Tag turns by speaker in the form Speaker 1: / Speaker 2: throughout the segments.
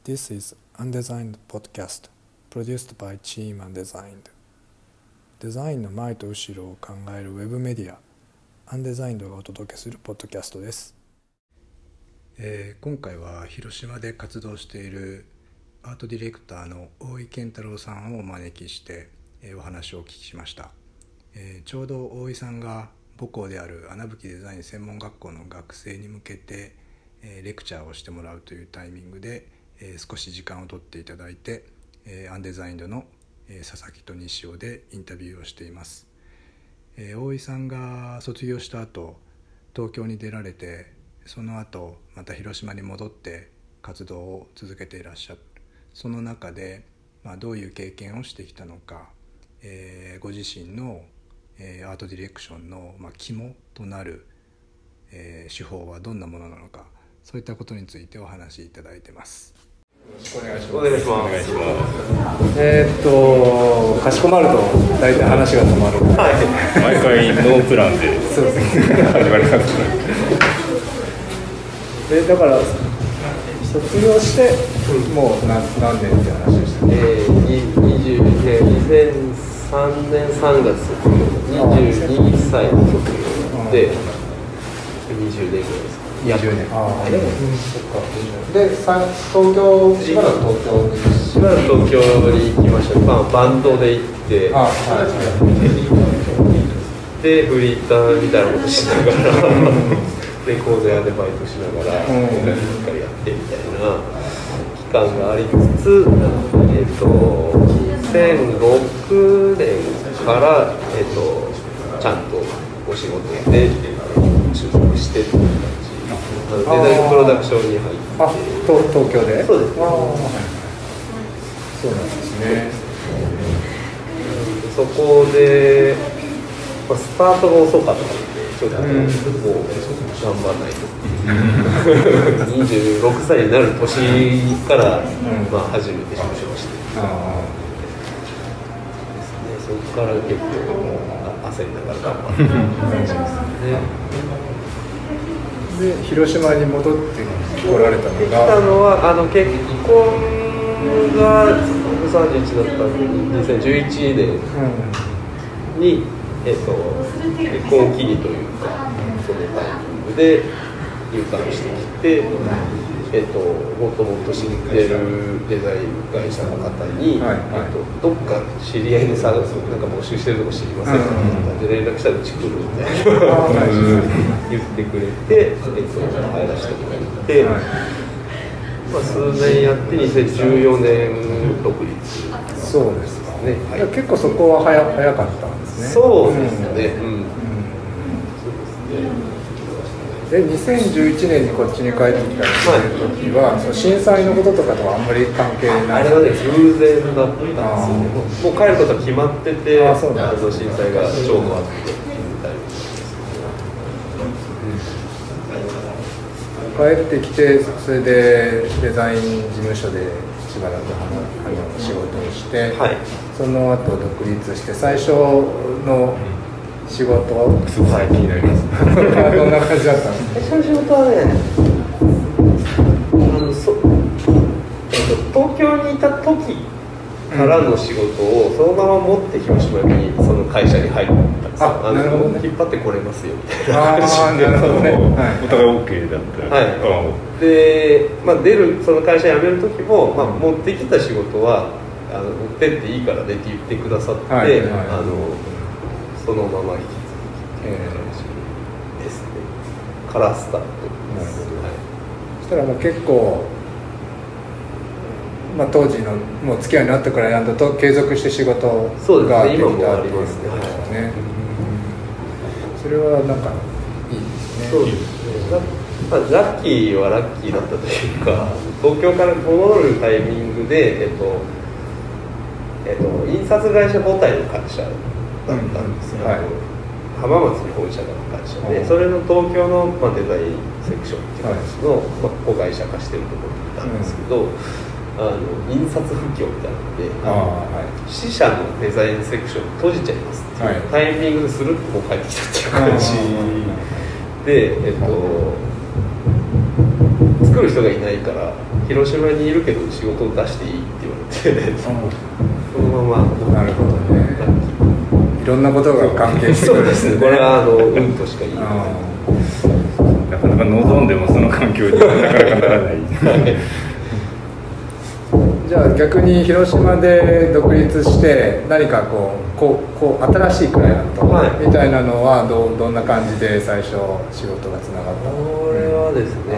Speaker 1: This is Undesigned Podcast, produced by Team Undesigned. デザインの前と後ろを考えるウェブメディア、Undesigned がお届けするポッドキャストです。今回は広島で活動しているアートディレクターの大井健太郎さんをお招きして、お話をお聞きしました。ちょうど大井さんが母校である穴吹デザイン専門学校の学生に向けて、レクチャーをしてもらうというタイミングで、少し時間を取っていただいて、アンデザインドの、佐々木と西尾でインタビューをしています。大井さんが卒業した後、東京に出られて、その後また広島に戻って活動を続けていらっしゃる。その中で、どういう経験をしてきたのか、ご自身の、アートディレクションの、肝となる、手法はどんなものなのか、そういったことについてお話しいただいてます。よろしくお願いします。
Speaker 2: お願いします。
Speaker 1: かしこまると大体話が止まる。
Speaker 2: はい。
Speaker 3: 毎回ノープランで
Speaker 1: そうですね。
Speaker 3: 始まります。
Speaker 1: だから卒業してもう何年って話でしたっけ
Speaker 2: 2003年3月22歳の卒業で20年ぐらいですか。
Speaker 1: 20年。でも、そっか。で、東京、しばらく東
Speaker 2: 京に行きました。バンドで行って、で、フリーターみたいなことしながら、レコード屋でバイトしながら、音楽しっかりやってみたいな期間がありつつ、2006年から、ちゃんとお仕事で就職してっていう感じ。デザインプロダクションに入って、
Speaker 1: 東京で？
Speaker 2: そうです。
Speaker 1: そうなんですね。
Speaker 2: そこで、スタートが遅かったので、ちょっともう頑張らないと。26歳になる年から、初めて就職して、そこから結構焦りながら頑張って感じですね。
Speaker 1: で広島に戻って来られたのが
Speaker 2: 結婚が31だったんで2011年に、結婚を機にというかそのタイミングで U ターンしてきて、もともと知ってるデザイン会社の方に、どっか知り合いでなんか募集してるとこ知りませんかって連絡したらうち来るみたいな言ってくれて、入らせてもらって、数年やって2014年独立。
Speaker 1: そうですかね。結構そこは早かったんですね。
Speaker 2: そうですね。
Speaker 1: 2011年にこっちに帰ってきた時は、震災のこととかとはあんまり関係ない。
Speaker 2: あれはね、偶然だったんですよね。もう帰ることは決まってて、震災がちょうどあって、
Speaker 1: 帰ってきて、それでデザイン事務所でしばらく仕事をして、その後独立して、最初の仕事は
Speaker 3: すごい気になります。
Speaker 1: どんな感じだったんですか？
Speaker 2: 最初の仕事はね、東京にいた時からの仕事をそのまま持って広島にその会社に入ったんですよ。
Speaker 1: なるほどね。
Speaker 2: 引っ張ってこれますよみたいな感じで、
Speaker 1: なるほどね。
Speaker 3: お互い OK だった。
Speaker 2: で、出るその会社辞める時も、持ってきた仕事は持ってっていいからねって言ってくださって、そのまま引き続きですね。からスタート。
Speaker 1: そしたらもう結構、当時のもう付き合いになったくらいなんだと継続して仕事ができたっていうことですね。それはなんかいいですね。
Speaker 2: そうですね。ラッキーはラッキーだったというか、東京から戻るタイミングで、印刷会社母体の会社だったんですが、浜松に本社がある会社で、それの東京の、デザインセクションっていう感じの、子会社化してるところにいたんですけど、印刷不況みたいなので、支社のデザインセクション閉じちゃいますっていうタイミングでするっともう帰ってきたっていう感じで、作る人がいないから広島にいるけど仕事を出していいって言われて、そのまま。
Speaker 1: なるほどね。いろんなことが関係してくるんですね。
Speaker 2: これは運としか言いようがない。
Speaker 3: なかなか望んでもその環境になかなかならない。
Speaker 1: じゃあ逆に広島で独立して何かこう新しいクライアントみたいなのはどんな感じで最初仕事がつながったの？
Speaker 2: これはですね、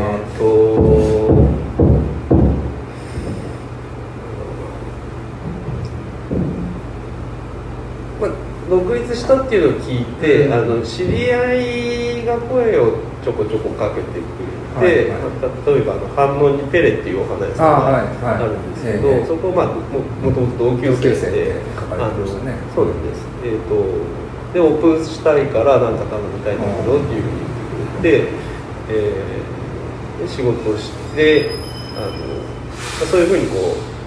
Speaker 2: 独立したっていうのを聞いて、知り合いが声をちょこちょこかけてくれて、例えば反応にペレっていうお花屋さんがあるんですけど、そこはもともと同級生で、そうなんです。でオープンしたいからなんか頼みたいんだけどっていうふうに言ってくれて、仕事をしてそういうふうに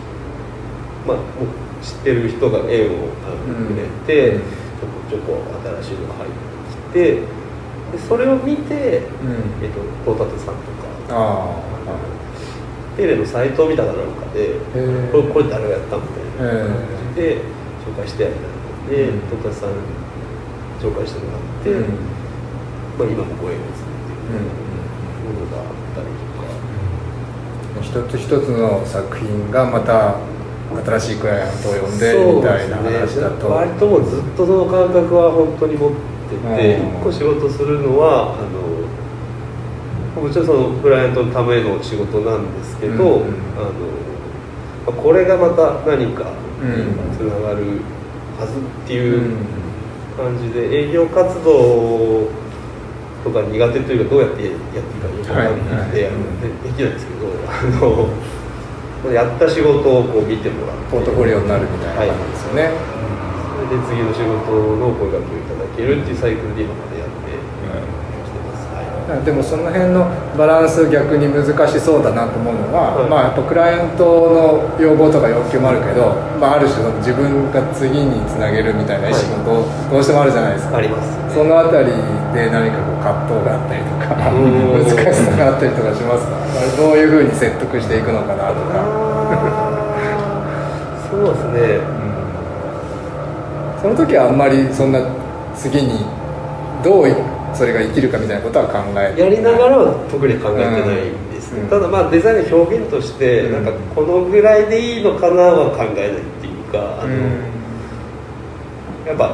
Speaker 2: 知ってる人が縁をくれて、ちょこちょこ新しいのが入ってきて、でそれを見てトータテさんとかペレのサイトを見たかなんかでこれ誰がやったみたいな感じで紹介してやりたいので、トータテさん紹介してもらって、今もご縁をつっていうものがあったりとか、
Speaker 1: 一つ一つの作品がまた新しいクライアントを呼んでみたいな話だと、
Speaker 2: 割ともうずっとその感覚は本当に持ってて、一個仕事するのはもちろんそのクライアントのための仕事なんですけど、これがまた何かにつながるはずっていう感じで、営業活動とか苦手というかどうやってやっていいかよく分からないんで、できないんですけど、やった仕事を見てもらって
Speaker 1: ポートフォリオになるみたいな感じですよね。
Speaker 2: それで次の仕事の声掛けをいただけるっていうサイクルで今までやってきてます。
Speaker 1: でもその辺のバランス逆に難しそうだなと思うのは、やっぱクライアントの要望とか要求もあるけど、ある種その自分が次につなげるみたいな意識もどうしてもあるじゃないですか。
Speaker 2: あります、
Speaker 1: そのあたりで何か葛藤があったりとか難しさがあったりとかしますか？どういうふうに説得していくのかなとか。
Speaker 2: そうですね、
Speaker 1: その時はあんまりそんな次にどうそれが生きるかみたいなことは考えて
Speaker 2: やりながらは特に考えてないんですね、ただデザインの表現としてなんかこのぐらいでいいのかなは考えないっていうか、やっぱ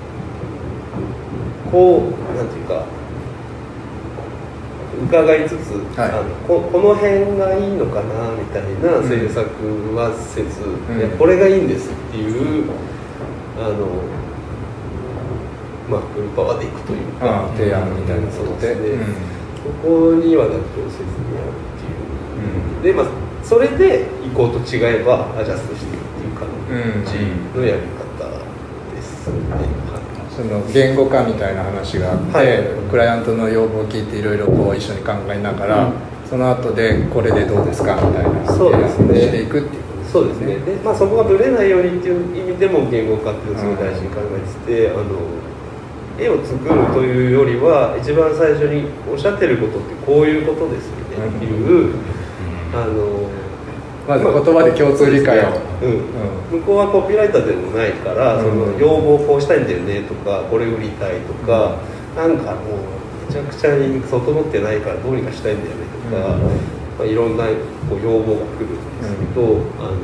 Speaker 2: なんていうか伺いつつ、この辺がいいのかなみたいな制作はせず、これがいいんですっていうフルパワーでいくというか、
Speaker 1: 提案みたいな
Speaker 2: そうですね、そこには妥協せずにやるっていう、でそれで意向と違えばアジャストしていくっていう感じのやり方ですね。
Speaker 1: その言語化みたいな話があって、クライアントの要望を聞いていろいろ一緒に考えながら、その後でこれでどうですかみたいな提案をしていくっていうことですね。
Speaker 2: そうですね。で、そこがぶれないようにっていう意味でも言語化っていうのをすごい大事に考えてて、絵を作るというよりは一番最初におっしゃってることってこういうことですよねっていう、
Speaker 1: まず言葉で共通理解を、
Speaker 2: 向こうはコピーライターでもないから、その要望こうしたいんだよねとか、これ売りたいとか、なんかもうめちゃくちゃに整ってないからどうにかしたいんだよねとか、いろんな要望が来るんですけど、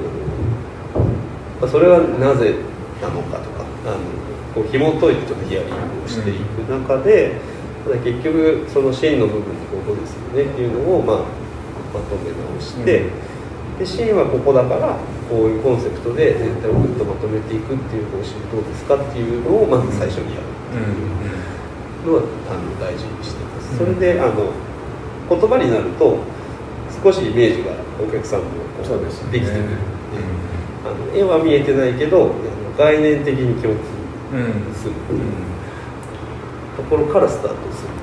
Speaker 2: それはなぜなのかとか、紐解いてちょっとヒアリングをしていく中で、結局その真の部分ってここですよねっていうのをまとめ直して、で真はここだからこういうコンセプトで全体をぐっとまとめていくっていう方針どうですかっていうのをまず最初にやるっていうのは大事にしています。それで言葉になると少しイメージがお客さんもできてくるので、絵は見えてないけど概念的に共通するところからスタートする。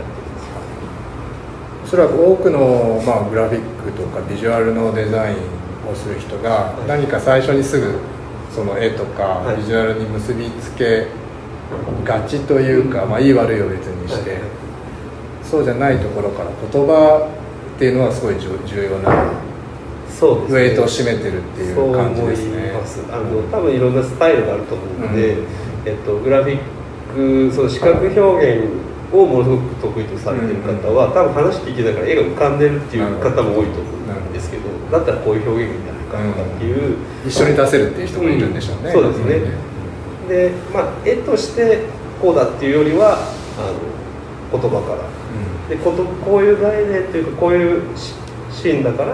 Speaker 1: おそらく多くの、グラフィックとかビジュアルのデザインをする人が何か最初にすぐその絵とかビジュアルに結びつけがちというか、いい悪いを別にして、そうじゃないところから言葉っていうのはすごい重要な
Speaker 2: そうですね、
Speaker 1: ウェイトを占めてるっていう感じですね。
Speaker 2: 多分いろんなスタイルがあると思うので、グラフィック、その視覚表現をものすごく得意とされている方は、多分話聞きながら絵が浮かんでるっていう方も多いと思うんですけど、だったらこういう表現になるかとかっていう、
Speaker 1: 一緒に出せるっていう人もいるんでしょうね。
Speaker 2: そうですね。で、絵としてこうだっていうよりは言葉から、でこういう概念というかこういうシーンだから、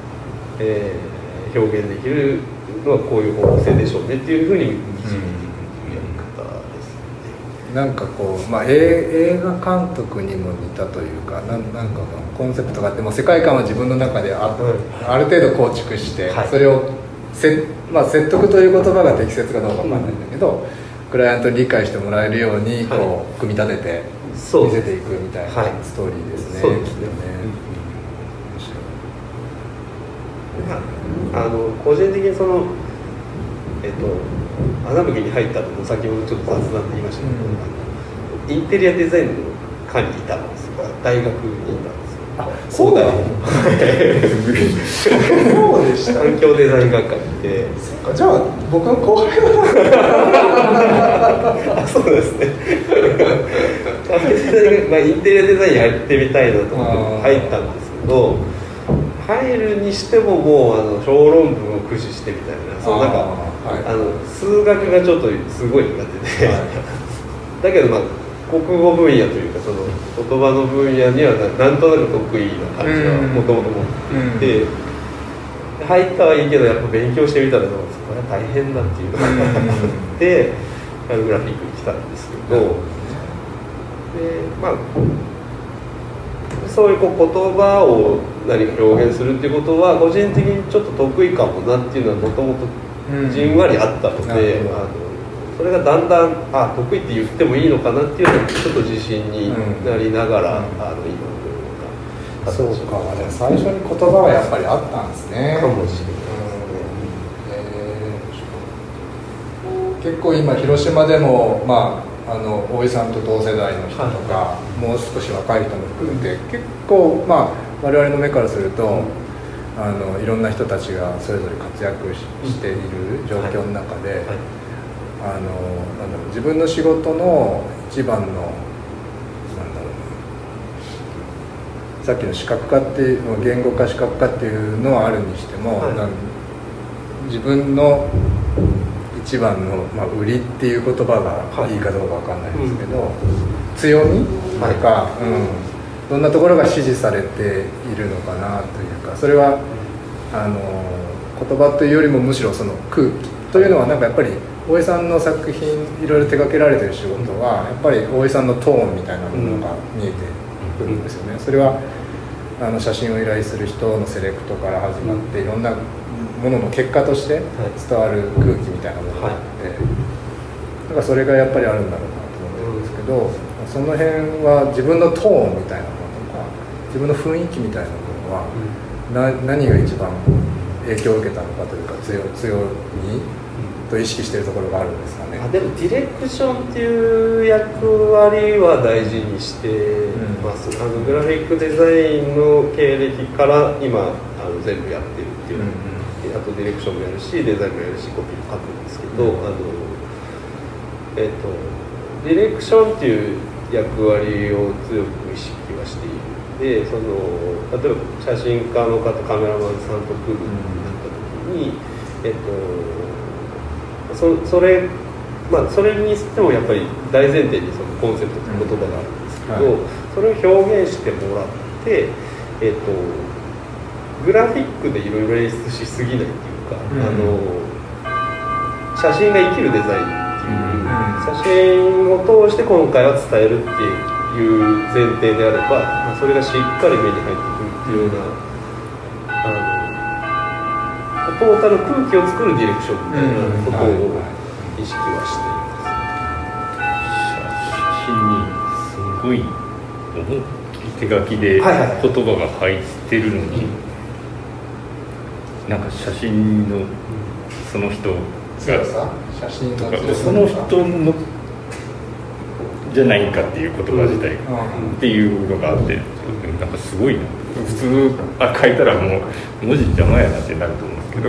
Speaker 2: 表現できるのはこういう方向性でしょうねっていうふうに導いていくやり方ですね。
Speaker 1: なんかこう、映画監督にも似たというか、なんかコンセプトがあっても世界観は自分の中である程度構築して、それを説得という言葉が適切かどうかわかんないんだけど、クライアントに理解してもらえるようにこう組み立てて見せていくみたいなストーリーですね。
Speaker 2: そうですね。個人的にその穴吹に入ったのも先ほどちょっと雑談で言いましたけど、インテリアデザインの科にいたんですが、大学にいたんですよ。
Speaker 1: そうだそうでした。
Speaker 2: 環境デザイン学科にいて、
Speaker 1: じゃあ僕の後輩は
Speaker 2: そうですね。インテリアデザインやってみたいなと思って入ったんですけど、入るにしてももう小論文を駆使してみたいな、なんか、数学がちょっとすごい苦手で、だけど国語分野というかその言葉の分野にはなんとなく得意な感じはもともと持っていて、入ったはいいけどやっぱ勉強してみたらこれは大変だっていうのがあってグラフィックに来たんですけど、そういう言葉を何か表現するっていうことは個人的にちょっと得意かもなっていうのはもともとじんわりあったので、それがだんだん得意って言ってもいいのかなっていうのはちょっと自信になりながら、今のような形。
Speaker 1: そうか、最初に言葉がやっぱりあったんですね。
Speaker 2: かもしれない
Speaker 1: ですね。結構今広島でも大井さんと同世代の人とか、もう少し若い人も含めて結構我々の目からするといろんな人たちがそれぞれ活躍している状況の中で、自分の仕事の一番のさっきの視覚化っていう言語化視覚化っていうのはあるにしても、自分の一番の、売りっていう言葉がいいかどうかわかんないですけど、強みとか、どんなところが支持されているのかなというか、それは言葉というよりもむしろその空気というのはやっぱり大江さんの作品いろいろ手掛けられている仕事はやっぱり大江さんのトーンみたいなものが見えてくるんですよね。それは写真を依頼する人のセレクトから始まっていろんなものの結果として伝わる空気みたいなものがあって、だからそれがやっぱりあるんだろうなと思うんですけど、その辺は自分のトーンみたいなものとか自分の雰囲気みたいなものは何が一番影響を受けたのかというか、強みと意識しているところがあるんですかね。
Speaker 2: でもディレクションっていう役割は大事にしてます、グラフィックデザインの経歴から今全部やってるっていう、あとディレクションもやるしデザインもやるしコピーも書くんですけど、ディレクションっていう役割を強く意識はしている。で例えば写真家の方カメラマンさんと組むになった時に、それにしてもやっぱり大前提にそのコンセプトという言葉があるんですけど、それを表現してもらって、グラフィックでいろいろ演出しすぎないっていうか、写真が生きるデザインっていう、写真を通して今回は伝えるっていう前提であれば、それがしっかり目に入ってくるっていうようなトータル空気を作るディレクションみたいなことを意識はしてい
Speaker 3: ます。写真にすごい手書きで言葉が入ってるのに、なんか写真のその人が
Speaker 1: 写真の
Speaker 3: その人のじゃないかっていう言葉自体が、っていうのがあって、なんかすごいな。普通書いたらもう文字邪魔やなってなると思うんですけど、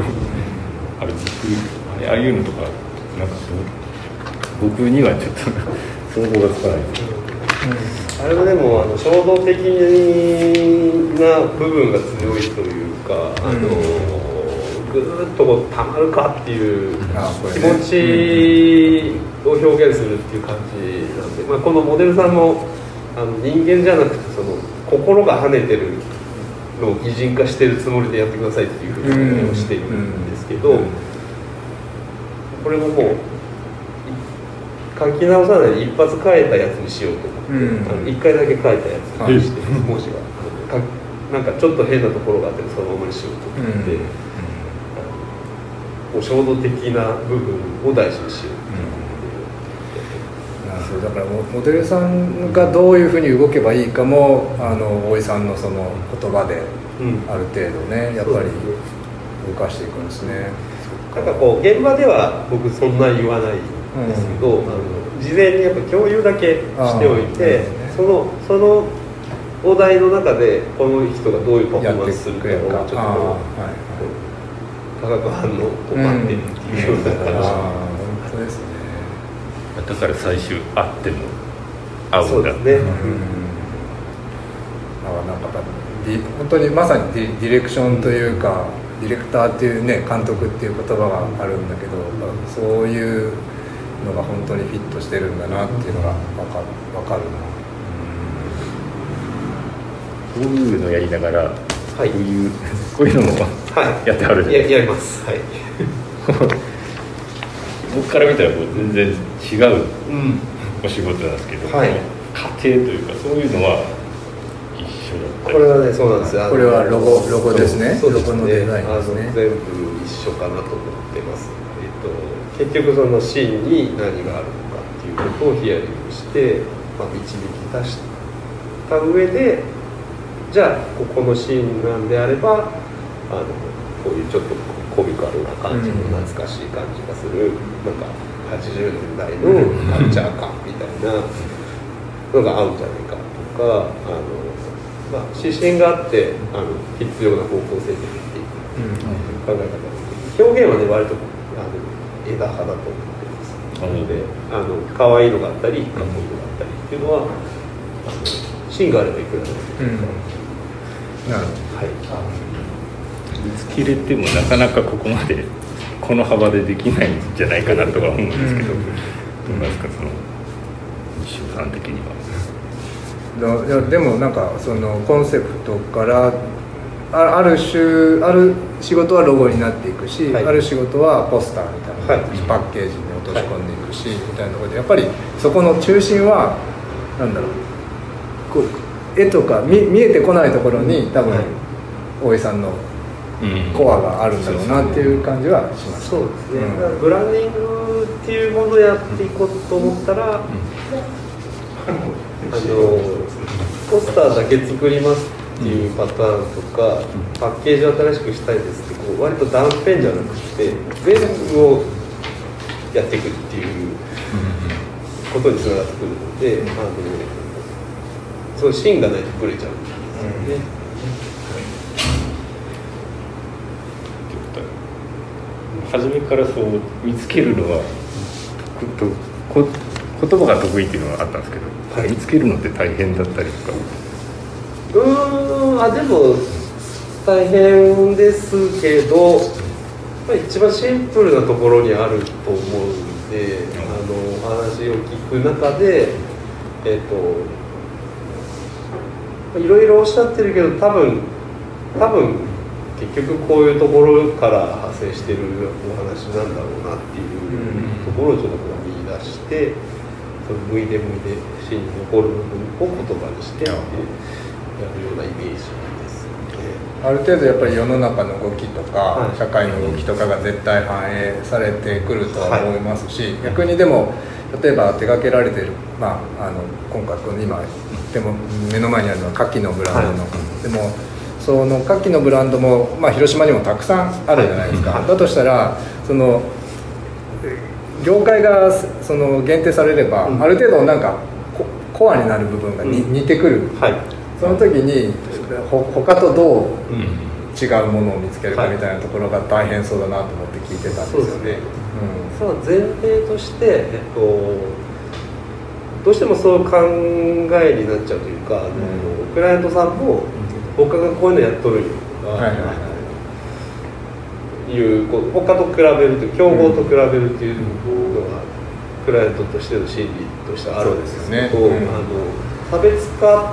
Speaker 3: ああいうのとかなんか僕にはちょっと想像がつかないですけど、
Speaker 2: あれはでも衝動的な部分が強いというか、ぐーっとこうたまるかっていう気持ちを表現するっていう感じなんで、このモデルさんも人間じゃなくてその心が跳ねてるのを擬人化してるつもりでやってくださいっていうふうにしてるんですけど、これももう書き直さないで一発書いたやつにしようと思って、一回だけ書いたやつにして文字がなんかちょっと変なところがあってそのままにしようと思って、もう衝動的な部分を大事にしよう
Speaker 1: そうだからモデルさんがどういうふうに動けばいいかも大井さんのその言葉である程度ね、やっぱり動かしていくんですね。
Speaker 2: なんかこう現場では僕そんな言わないんですけど、事前にやっぱ共有だけしておいて、そのお題の中でこの人がどういうパフォーマンスするかをちょっと化学反応を待ってるっていうような感じ。
Speaker 1: 本当ですね。
Speaker 3: だから最終会っても会うんだ。
Speaker 2: そうですね。
Speaker 1: なんか本当にまさにディレクションというか、ディレクターっていうね、監督っていう言葉があるんだけど、そういうのが本当にフィットしてるんだなっていうのが分かるな。
Speaker 3: こういうのやりながら、
Speaker 2: はい、
Speaker 3: こういうのも、やってはるじゃないですか。
Speaker 2: やります。はい。
Speaker 3: 僕から見たらこう全然違うお仕事なんですけど、過程というかそういうのは一緒だったり。
Speaker 2: これはね、そうなんですよ。
Speaker 1: これはロゴですね。
Speaker 2: そうですね。
Speaker 1: ロゴのデザインですね。
Speaker 2: 全部一緒かなと思ってます。結局そのシーンに何があるのかっていうことをヒアリングして、導き出した上で、じゃあここのシーンなんであればこういうちょっとコミカルな感じの懐かしい感じがする、なんか80年代のカルチャー感みたいなのが合うんじゃないかとか、指針があって必要な方向性でできていく考え方です。表現はね割と枝葉だと思ってます。なので可愛いのがあったりかっこいいのがあったりっていうのは芯があればいくらでもできるから。
Speaker 3: 見つけれてもなかなかここまでこの幅でできないんじゃないかなとは思うんですけど、どうなんですかその西尾さん的には。
Speaker 1: いやでもなんかそのコンセプトからある仕事はロゴになっていくし、ある仕事はポスターみたいな、パッケージに落とし込んでいくし、みたいなところでやっぱりそこの中心はなんだろう、こう絵とか見えてこないところに多分大井さんのコアがあるんだろうなっていう感じはします。
Speaker 2: そうですね。ブランディングっていうものをやっていこうと思ったら、ポスターだけ作りますっていうパターンとか、パッケージを新しくしたいですってこう割と断片じゃなくて全部をやっていくっていうことにつながってくるので、そういう芯がないとブレちゃうんですよね。
Speaker 3: 初めからそう見つけるのは言葉が得意っていうのはあったんですけど、見つけるのって大変だったりとか。
Speaker 2: でも大変ですけど、一番シンプルなところにあると思うんで、お話を聞く中でいろいろおっしゃってるけど多分結局こういうところから派生してるお話なんだろうなっていうところをちょっとこう見出して、その向いて芯に残る部分を言葉にしてやるようなイメージです、
Speaker 1: ある程度やっぱり世の中の動きとか、社会の動きとかが絶対反映されてくるとは思いますし、逆にでも例えば手掛けられてる、今回今でも目の前にあるのは牡蠣のブランドの、でもその牡蠣のブランドも、広島にもたくさんあるじゃないですか。だとしたらその業界がその限定されれば、ある程度なんかコアになる部分が似てくる、
Speaker 2: はい、
Speaker 1: その時に他とどう違うものを見つけるかみたいなところが大変そうだなと思って聞いてたんですよね。
Speaker 2: そう前提として、どうしてもそういう考えになっちゃうというか、クライアントさんも他がこういうのやっとるよとか、いう他と比べると競合と比べるっていうのがクライアントとしての心理としてあるんですけど、差別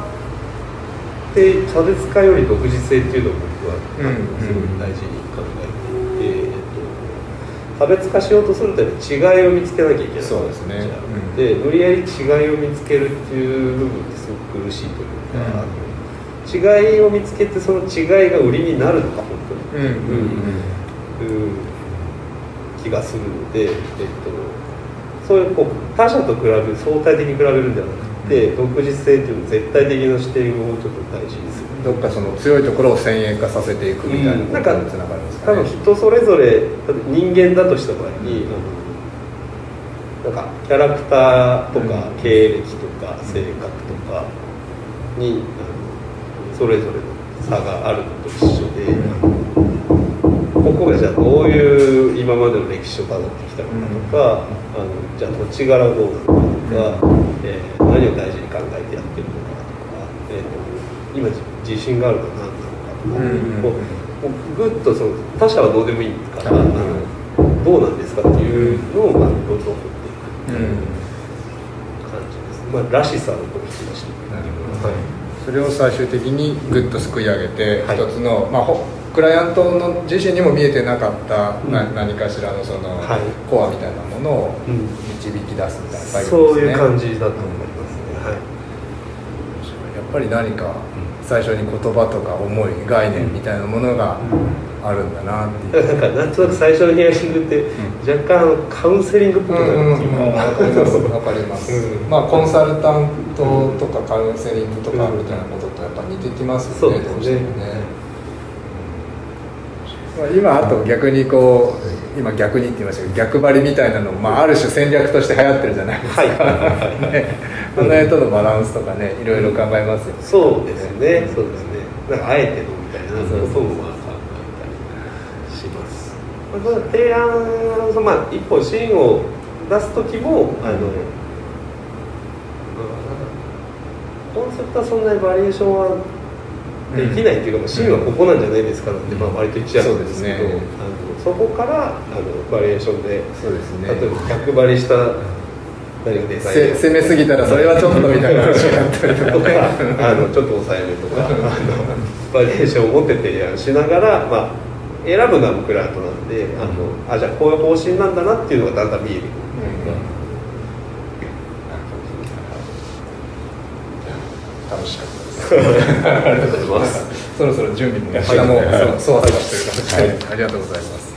Speaker 2: 化より独自性っていうのを僕はすごい大事に考えていて、差別化しようとすると違いを見つけなきゃいけない。
Speaker 1: そうですね。
Speaker 2: で無理やり違いを見つけるっていう部分ってすごく苦しいというか、違いを見つけてその違いが売りになるのか本当に、気がするので、そういう他者と比べる相対的に比べるんじゃなくて、独自性っていうの絶対的な視点をちょっと大事にする。
Speaker 1: どっかその強いところを先鋭化させていくみたいなことにつながるんですかね。
Speaker 2: 多分人それぞれ人間だとした場合に、なんかキャラクターとか経歴とか性格とかにそれぞれの差があるのと一緒で、ここがじゃあどういう今までの歴史をたどってきたのかとか、じゃあ土地柄はどうなのかとか、何を大事に考えてやってるのかとか、今自信があるのは何なのかとか、ぐっとその他者はどうでもいいから、どうなんですかっていうのをどんどん掘っていく感じです。らしさを引き出していく。
Speaker 1: それを最終的にぐっとすくい上げて、一つの、クライアントの自身にも見えてなかった、何かしらのその、コアみたいなものを導き出すみたいな作業ですね。
Speaker 2: そういう感じだと思いますね。
Speaker 1: やっぱり何か最初に言葉とか思い概念みたいなものがあるんだなっていう。
Speaker 2: なんとなく最初のヒアリングって若干カウンセリングっぽくなるっていうか、
Speaker 1: わかります。コンサルタントとかカウンセリングとかみたいなこととやっぱ似てきますよね、どうしてもね。今あと逆に今逆にって言いましたけど、逆張りみたいなのも、ある種戦略として流行ってるじゃないですか。この辺とのバランスとかね、いろいろ考えますよね。
Speaker 2: そうですね、そうですね。なんかあえてのみたいなことも考えたりします。提案、一方芯を出す時もコンセプトはそんなにバリエーションはできないっていうか、芯はここなんじゃないですかなんて割と言っちゃうんですけど、そこからバリエーションで、例えば逆張りした何かデザイン
Speaker 1: 攻めすぎたらそれはちょっとみたいな話があったりとか、
Speaker 2: ちょっと抑えめとかバリエーションを持って提案しながら、選ぶのはクライアントなんで、じゃあこういう方針なんだなっていうのがだんだん見える。
Speaker 1: 楽しかったです。ありがとうございます。そろそろ準備も、肌もそわそわしてる形で、ありがとうございます。